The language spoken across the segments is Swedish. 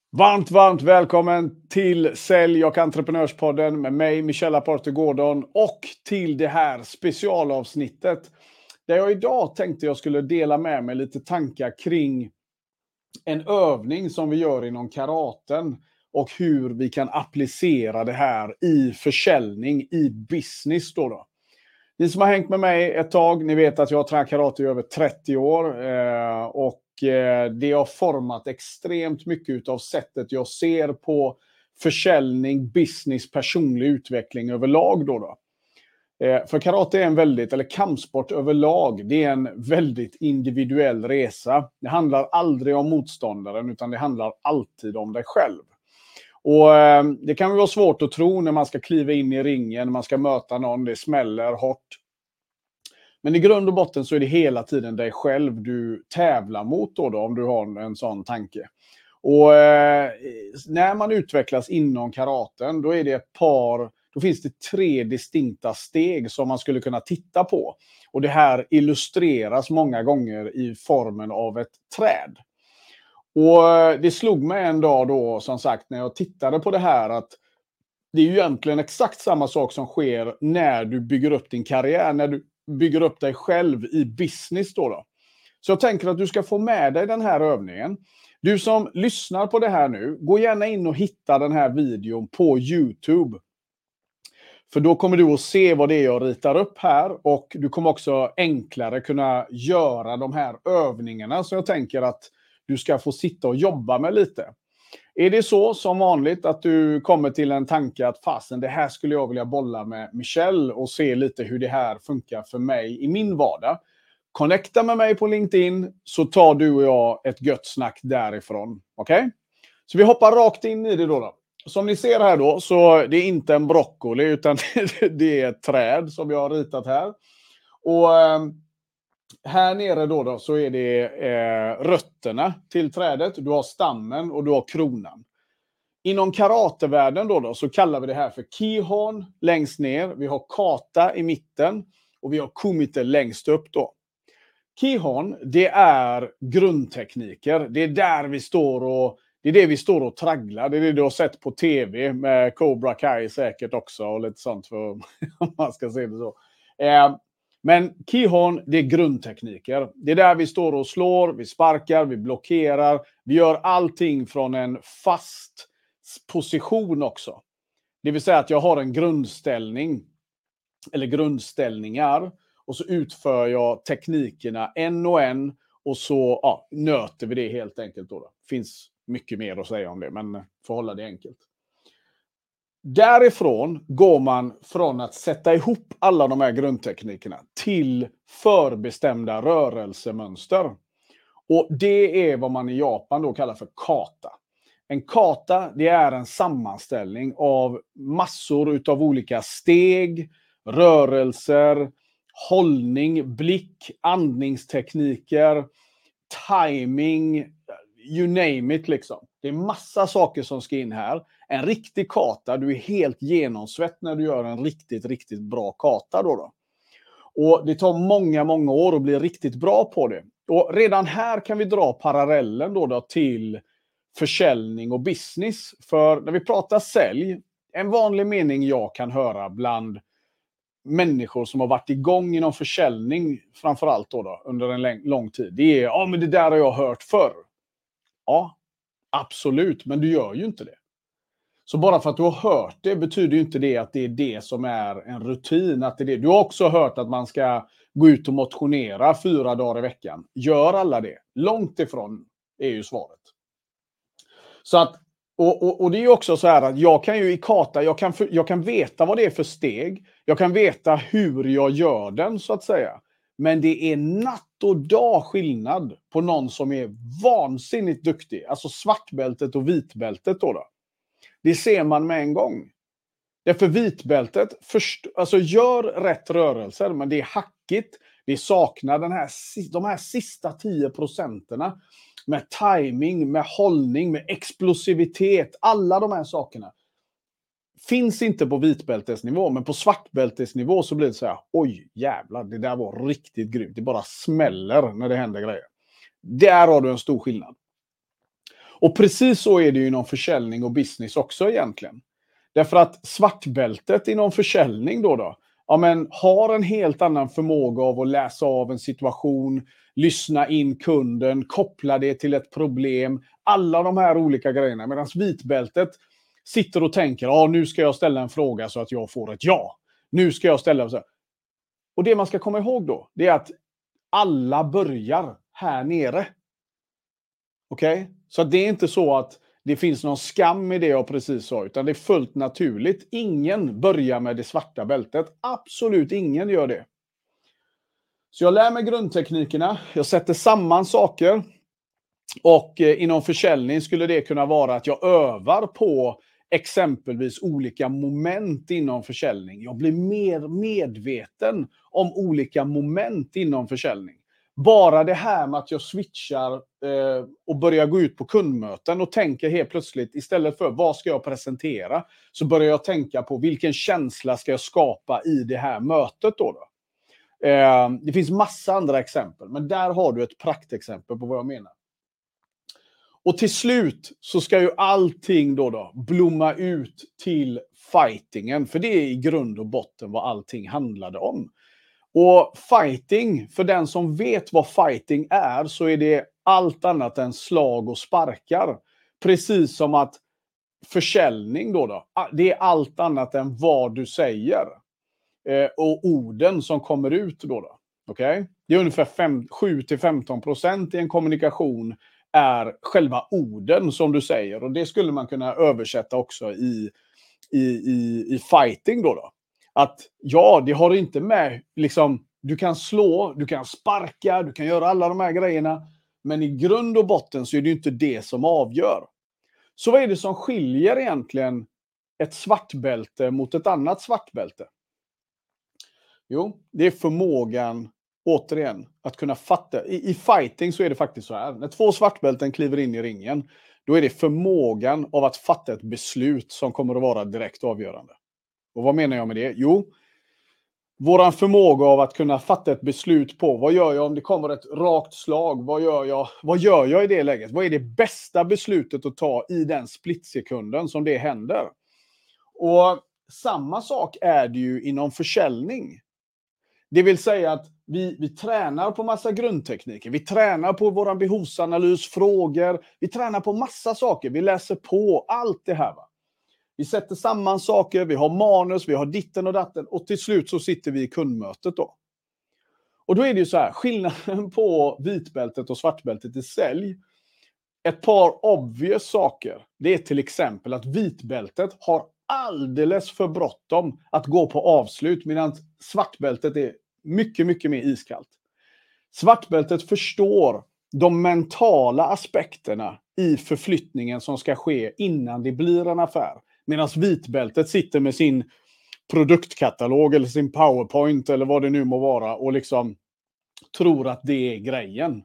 Varmt välkommen till Sälj och entreprenörspodden med mig, Michel Aporte Gordon, och till det här specialavsnittet där jag idag tänkte jag skulle dela med mig lite tankar kring en övning som vi gör inom karaten och hur vi kan applicera det här i försäljning, i business då. Ni som har hängt med mig ett tag, ni vet att jag har tränat karate i över 30 år och det har format extremt mycket av sättet jag ser på försäljning, business, personlig utveckling överlag då. För karate är eller kampsport överlag, det är en väldigt individuell resa. Det handlar aldrig om motståndaren utan det handlar alltid om dig själv. Och det kan vara svårt att tro när man ska kliva in i ringen, när man ska möta någon, det smäller hårt. Men i grund och botten så är det hela tiden dig själv du tävlar mot då om du har en sån tanke. Och när man utvecklas inom karaten, då är det då finns det 3 distinkta steg som man skulle kunna titta på. Och det här illustreras många gånger i formen av ett träd. Och det slog mig en dag då, som sagt, när jag tittade på det här, att det är ju egentligen exakt samma sak som sker när du bygger upp din karriär, när du bygger upp dig själv i business då. Så jag tänker att du ska få med dig den här övningen. Du som lyssnar på det här nu, gå gärna in och hitta den här videon på YouTube. För då kommer du att se vad det är jag ritar upp här, och du kommer också enklare kunna göra de här övningarna, så jag tänker att du ska få sitta och jobba med lite. Är det så som vanligt att du kommer till en tanke att fasen, det här skulle jag vilja bolla med Michel och se lite hur det här funkar för mig i min vardag. Connecta med mig på LinkedIn så tar du och jag ett gött snack därifrån. Okej? Så vi hoppar rakt in i det då. Som ni ser här då, så det är inte en broccoli utan det är ett träd som jag har ritat här. Och här nere då så är det rötterna till trädet. Du har stammen och du har kronan. Inom karatevärlden då så kallar vi det här för kihon längst ner. Vi har kata i mitten och vi har kumite längst upp då. Kihon, det är grundtekniker. Det är där vi står och det är det vi står och tragglar. Det är det du har sett på tv med Cobra Kai säkert också och lite sånt, för om man ska se det så. Men kihon, det är grundtekniker. Det är där vi står och slår, vi sparkar, vi blockerar. Vi gör allting från en fast position också. Det vill säga att jag har en grundställning eller grundställningar och så utför jag teknikerna en och en och så nöter vi det helt enkelt då. Finns mycket mer att säga om det, men för att hålla det enkelt. Därifrån går man från att sätta ihop alla de här grundteknikerna till förbestämda rörelsemönster. Och det är vad man i Japan då kallar för kata. En kata, det är en sammanställning av massor av olika steg, rörelser, hållning, blick, andningstekniker, timing, you name it liksom. Det är massa saker som ska in här. En riktig kata, du är helt genomsvett när du gör en riktigt bra kata då. Och det tar många år att bli riktigt bra på det. Och redan här kan vi dra parallellen då till försäljning och business. För när vi pratar sälj, en vanlig mening jag kan höra bland människor som har varit igång inom försäljning, framförallt då under en lång tid, det är men det där har jag hört förr. Ja, absolut, men du gör ju inte det. Så bara för att du har hört det betyder ju inte det att det är det som är en rutin. Att det är det. Du har också hört att man ska gå ut och motionera 4 dagar i veckan. Gör alla det? Långt ifrån är ju svaret. Så att, och det är ju också så här att jag kan ju i kata, jag kan veta vad det är för steg. Jag kan veta hur jag gör den så att säga. Men det är natt och dag skillnad på någon som är vansinnigt duktig. Alltså svartbältet och vitbältet då. Det ser man med en gång. Därför vitbältet alltså gör rätt rörelser, men det är hackigt. Det saknar de här sista 10% med timing, med hållning, med explosivitet. Alla de här sakerna finns inte på vitbältesnivå, men på svartbältesnivå så blir det så här: oj jävlar, det där var riktigt grymt. Det bara smäller när det händer grejer. Där har du en stor skillnad. Och precis så är det ju inom försäljning och business också egentligen. Därför att svartbältet inom försäljning då, ja, men har en helt annan förmåga av att läsa av en situation, lyssna in kunden, koppla det till ett problem, alla de här olika grejerna. Medan vitbältet sitter och tänker, nu ska jag ställa en fråga så att jag får ett ja. Nu ska jag ställa så. Och det man ska komma ihåg då, det är att alla börjar här nere. Okej? Så det är inte så att det finns någon skam i det jag precis sa, utan det är fullt naturligt. Ingen börjar med det svarta bältet. Absolut ingen gör det. Så jag lär mig grundteknikerna. Jag sätter samman saker. Och inom försäljning skulle det kunna vara att jag övar på exempelvis olika moment inom försäljning. Jag blir mer medveten om olika moment inom försäljning. Bara det här med att jag switchar och börjar gå ut på kundmöten och tänker helt plötsligt, istället för vad ska jag presentera, så börjar jag tänka på vilken känsla ska jag skapa i det här mötet då. Det finns massa andra exempel, men där har du ett praktexempel på vad jag menar. Och till slut så ska ju allting då blomma ut till fightingen, för det är i grund och botten vad allting handlade om. Och fighting, för den som vet vad fighting är, så är det allt annat än slag och sparkar. Precis som att försäljning då, det är allt annat än vad du säger. Och orden som kommer ut då. Okay? Det är ungefär 7-15% i en kommunikation är själva orden som du säger. Och det skulle man kunna översätta också i fighting då. Att det har inte med, liksom, du kan slå, du kan sparka, du kan göra alla de här grejerna. Men i grund och botten så är det inte det som avgör. Så vad är det som skiljer egentligen ett svartbälte mot ett annat svartbälte? Jo, det är förmågan, återigen, att kunna fatta. I fighting så är det faktiskt så här. När 2 svartbälten kliver in i ringen, då är det förmågan av att fatta ett beslut som kommer att vara direkt avgörande. Och vad menar jag med det? Jo, våran förmåga av att kunna fatta ett beslut på vad gör jag om det kommer ett rakt slag? Vad gör jag i det läget? Vad är det bästa beslutet att ta i den splitsekunden som det händer? Och samma sak är det ju inom försäljning. Det vill säga att vi tränar på massa grundtekniker. Vi tränar på vår behovsanalys, frågor. Vi tränar på massa saker. Vi läser på allt det här. Vi sätter samman saker, vi har manus, vi har ditten och datten. Och till slut så sitter vi i kundmötet då. Och då är det ju så här, skillnaden på vitbältet och svartbältet i sälj. Ett par obvious saker. Det är till exempel att vitbältet har alldeles för bråttom att gå på avslut, medan svartbältet är mycket, mycket mer iskallt. Svartbältet förstår de mentala aspekterna i förflyttningen som ska ske innan det blir en affär. Medan vitbältet sitter med sin produktkatalog eller sin PowerPoint eller vad det nu må vara och liksom tror att det är grejen.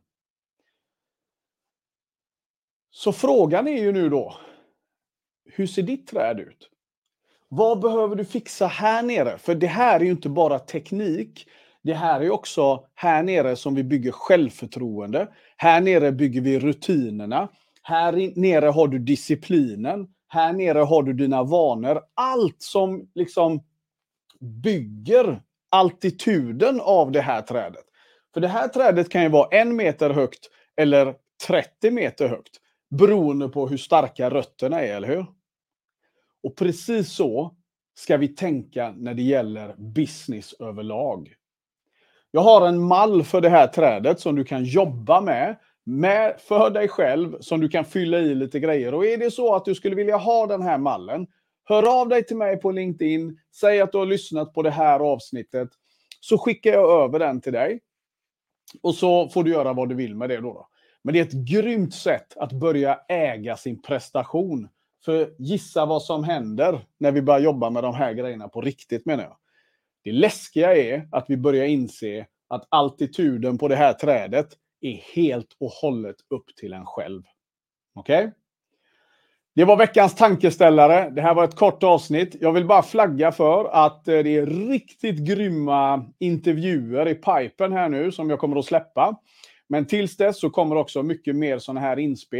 Så frågan är ju nu då, hur ser ditt träd ut? Vad behöver du fixa här nere? För det här är ju inte bara teknik. Det här är också här nere som vi bygger självförtroende. Här nere bygger vi rutinerna. Här nere har du disciplinen. Här nere har du dina vanor. Allt som liksom bygger altituden av det här trädet. För det här trädet kan ju vara 1 meter högt eller 30 meter högt. Beroende på hur starka rötterna är, eller hur? Och precis så ska vi tänka när det gäller business överlag. Jag har en mall för det här trädet som du kan jobba med för dig själv, som du kan fylla i lite grejer. Och är det så att du skulle vilja ha den här mallen, hör av dig till mig på LinkedIn, säg att du har lyssnat på det här avsnittet, så skickar jag över den till dig. Och så får du göra vad du vill med det då. Men det är ett grymt sätt att börja äga sin prestation. För gissa vad som händer när vi börjar jobba med de här grejerna på riktigt, menar jag. Det läskiga är att vi börjar inse att altituden på det här trädet är helt och hållet upp till en själv. Okej? Det var veckans tankeställare. Det här var ett kort avsnitt. Jag vill bara flagga för att det är riktigt grymma intervjuer i pipen här nu som jag kommer att släppa. Men tills dess så kommer också mycket mer sådana här inspel.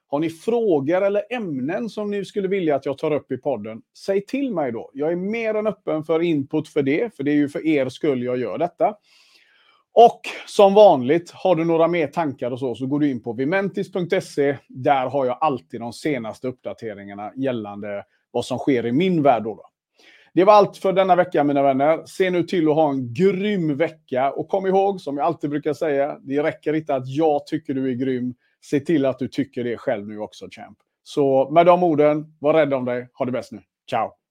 Har ni frågor eller ämnen som ni skulle vilja att jag tar upp i podden, säg till mig då. Jag är mer än öppen för input för det är ju för er skull jag gör detta. Och som vanligt, har du några mer tankar och så går du in på vimentis.se. Där har jag alltid de senaste uppdateringarna gällande vad som sker i min värld då. Det var allt för denna vecka, mina vänner. Se nu till att ha en grym vecka. Och kom ihåg, som jag alltid brukar säga, det räcker inte att jag tycker du är grym. Se till att du tycker det själv nu också, champ. Så med de orden, var rädd om dig. Ha det bäst nu. Ciao!